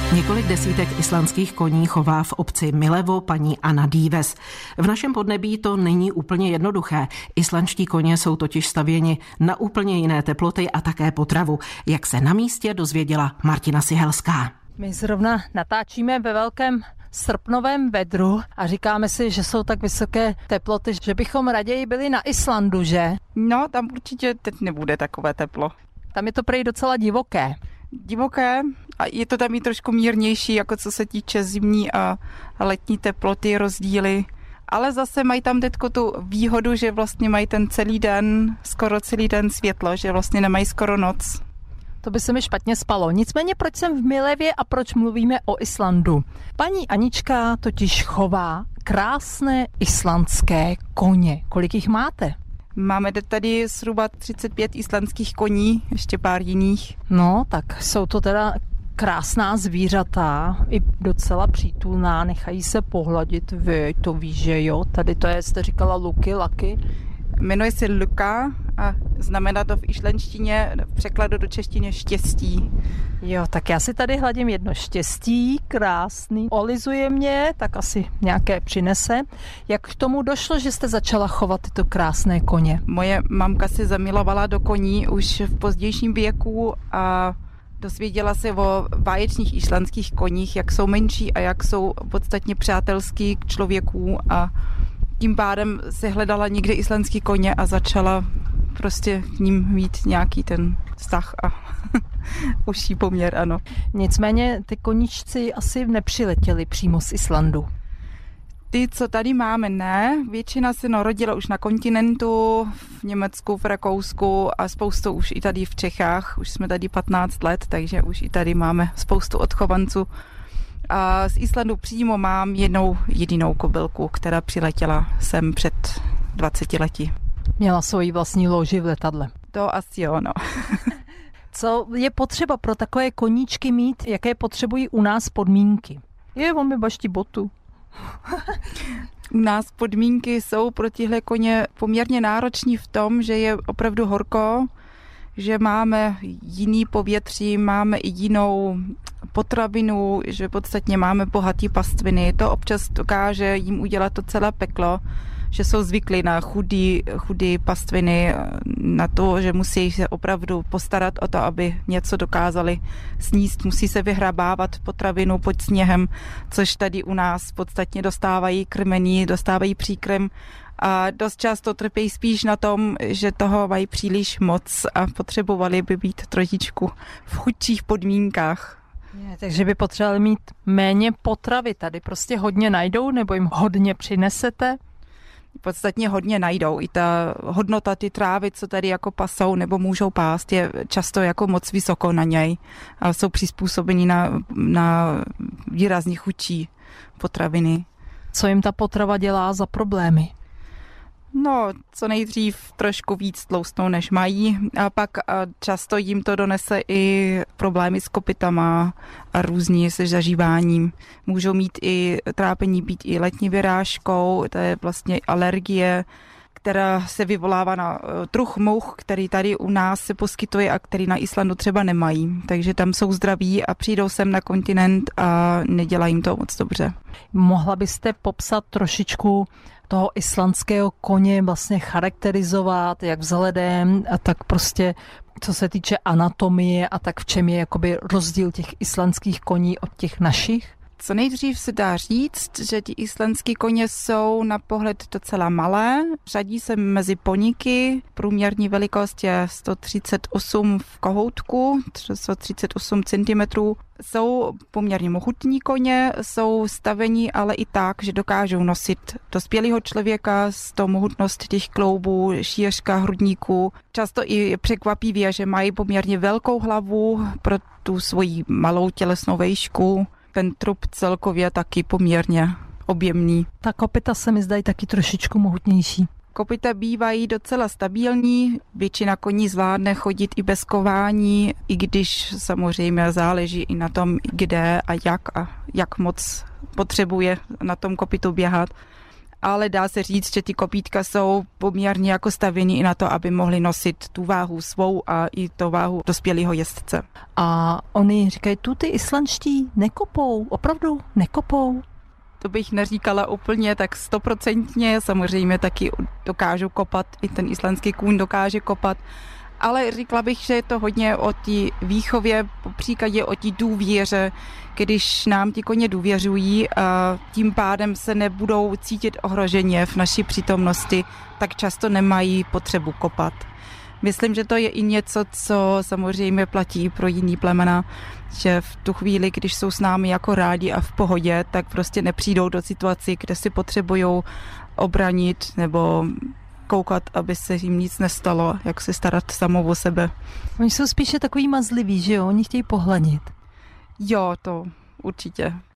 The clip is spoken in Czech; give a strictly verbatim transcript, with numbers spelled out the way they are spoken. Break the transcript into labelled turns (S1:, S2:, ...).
S1: Několik desítek islandských koní chová v obci Milevo paní Anna Díves. V našem podnebí to není úplně jednoduché. Islandští koně jsou totiž stavěni na úplně jiné teploty a také potravu, jak se na místě dozvěděla Martina Sihelská.
S2: My zrovna natáčíme ve velkém srpnovém vedru a říkáme si, že jsou tak vysoké teploty, že bychom raději byli na Islandu, že?
S3: No, tam určitě teď nebude takové teplo.
S2: Tam je to prej docela divoké.
S3: Divoké a je to tam i trošku mírnější, jako co se týče zimní a letní teploty, rozdíly. Ale zase mají tam teďko tu výhodu, že vlastně mají ten celý den, skoro celý den světlo, že vlastně nemají skoro noc.
S2: To by se mi špatně spalo. Nicméně proč jsem v Milevě a proč mluvíme o Islandu? Paní Anička totiž chová krásné islandské koně. Kolik jich máte?
S3: Máme tady zhruba třicet pět islandských koní, ještě pár jiných.
S2: No, tak jsou to teda krásná zvířata, i docela přítulná, nechají se pohladit, vy to víš, že jo? Tady to je, jste říkala Luky, Laky.
S3: Jmenuje se Luka a znamená to v islandštině, v překladu do češtiny štěstí.
S2: Jo, tak já si tady hladím jedno štěstí, krásný, olizuje mě, tak asi nějaké přinese. Jak k tomu došlo, že jste začala chovat tyto krásné koně?
S3: Moje mamka se zamilovala do koní už v pozdějším věku a dozvěděla se o báječných islandských koních, jak jsou menší a jak jsou podstatně přátelský k člověku a tím pádem se hledala někde islandský koně a začala prostě k ním mít nějaký ten vztah a užší poměr, ano.
S2: Nicméně ty koníčci asi nepřiletěli přímo z Islandu.
S3: Ty, co tady máme, ne. Většina se narodila už na kontinentu, v Německu, v Rakousku a spoustu už i tady v Čechách. Už jsme tady patnáct let, takže už i tady máme spoustu odchovanců. A z Islandu přímo mám jednou jedinou kobylku, která přiletěla sem před dvaceti lety.
S2: Měla svoji vlastní loži v letadle.
S3: To asi jo, no.
S2: Co je potřeba pro takové koníčky mít? Jaké potřebují u nás podmínky? Je, on mi baští botu.
S3: U nás podmínky jsou pro tyhle koně poměrně náročný v tom, že je opravdu horko, že máme jiný povětří, máme i jinou potravinu, že podstatně máme bohatý pastviny. To občas dokáže jim udělat to celé peklo, že jsou zvyklí na chudý, chudý pastviny, na to, že musí se opravdu postarat o to, aby něco dokázali sníst. Musí se vyhrabávat potravinu pod sněhem, což tady u nás podstatně dostávají krmení, dostávají příkrm. A dost často trpějí spíš na tom, že toho mají příliš moc a potřebovali by být trošičku v chudších podmínkách.
S2: Je, takže by potřebovali mít méně potravy. Tady prostě hodně najdou nebo jim hodně přinesete?
S3: Podstatně hodně najdou. I ta hodnota ty trávy, co tady jako pasou nebo můžou pást, je často jako moc vysoko na něj. A jsou přizpůsobeni na, na výrazně chudší potraviny.
S2: Co jim ta potrava dělá za problémy?
S3: No, co nejdřív trošku víc tloustnou, než mají a pak často jim to donese i problémy s kopytama a různě se zažíváním. Můžou mít i trápení být i letní vyrážkou, to je vlastně alergie, která se vyvolává na druh mouch, který tady u nás se poskytuje a který na Islandu třeba nemají. Takže tam jsou zdraví a přijdou sem na kontinent a nedělají jim to moc dobře.
S2: Mohla byste popsat trošičku toho islandského koně, vlastně charakterizovat, jak vzhledem a tak prostě, co se týče anatomie a tak v čem je jakoby rozdíl těch islandských koní od těch našich?
S3: Co nejdřív se dá říct, že ti islandský koně jsou na pohled docela malé. Řadí se mezi poníky. Průměrní velikost je sto třicet osm v kohoutku, sto třicet osm centimetrů. Jsou poměrně mohutní koně, jsou stavení ale i tak, že dokážou nosit dospělého člověka s tou mohutnost těch kloubů, šířka hrudníků. Často i překvapivě, že mají poměrně velkou hlavu pro tu svoji malou tělesnou výšku. Ten trup celkově taky poměrně objemný.
S2: Ta kopyta se mi zdají taky trošičku mohutnější.
S3: Kopyta bývají docela stabilní, většina koní zvládne chodit i bez kování, i když samozřejmě záleží i na tom, kde a jak a jak moc potřebuje na tom kopytu běhat. ale dá se říct, že ty kopítka jsou poměrně jako stavění i na to, aby mohli nosit tu váhu svou a i to váhu dospělého jezdce.
S2: A oni říkají, tu ty islandští nekopou, opravdu nekopou?
S3: To bych neříkala úplně tak stoprocentně, samozřejmě taky dokážu kopat, i ten islandský kůň dokáže kopat, ale říkala bych, že je to hodně o té výchově, po příkladě o té důvěře, když nám ti koně důvěřují a tím pádem se nebudou cítit ohroženě v naší přítomnosti, tak často nemají potřebu kopat. Myslím, že to je i něco, co samozřejmě platí pro jiný plemena, že v tu chvíli, když jsou s námi jako rádi a v pohodě, tak prostě nepřijdou do situací, kde si potřebují obranit nebo koukat, aby se jim nic nestalo, jak se starat samou o sebe.
S2: Oni jsou spíše takový mazliví, že jo? Oni chtějí pohladit.
S3: Jo, to určitě.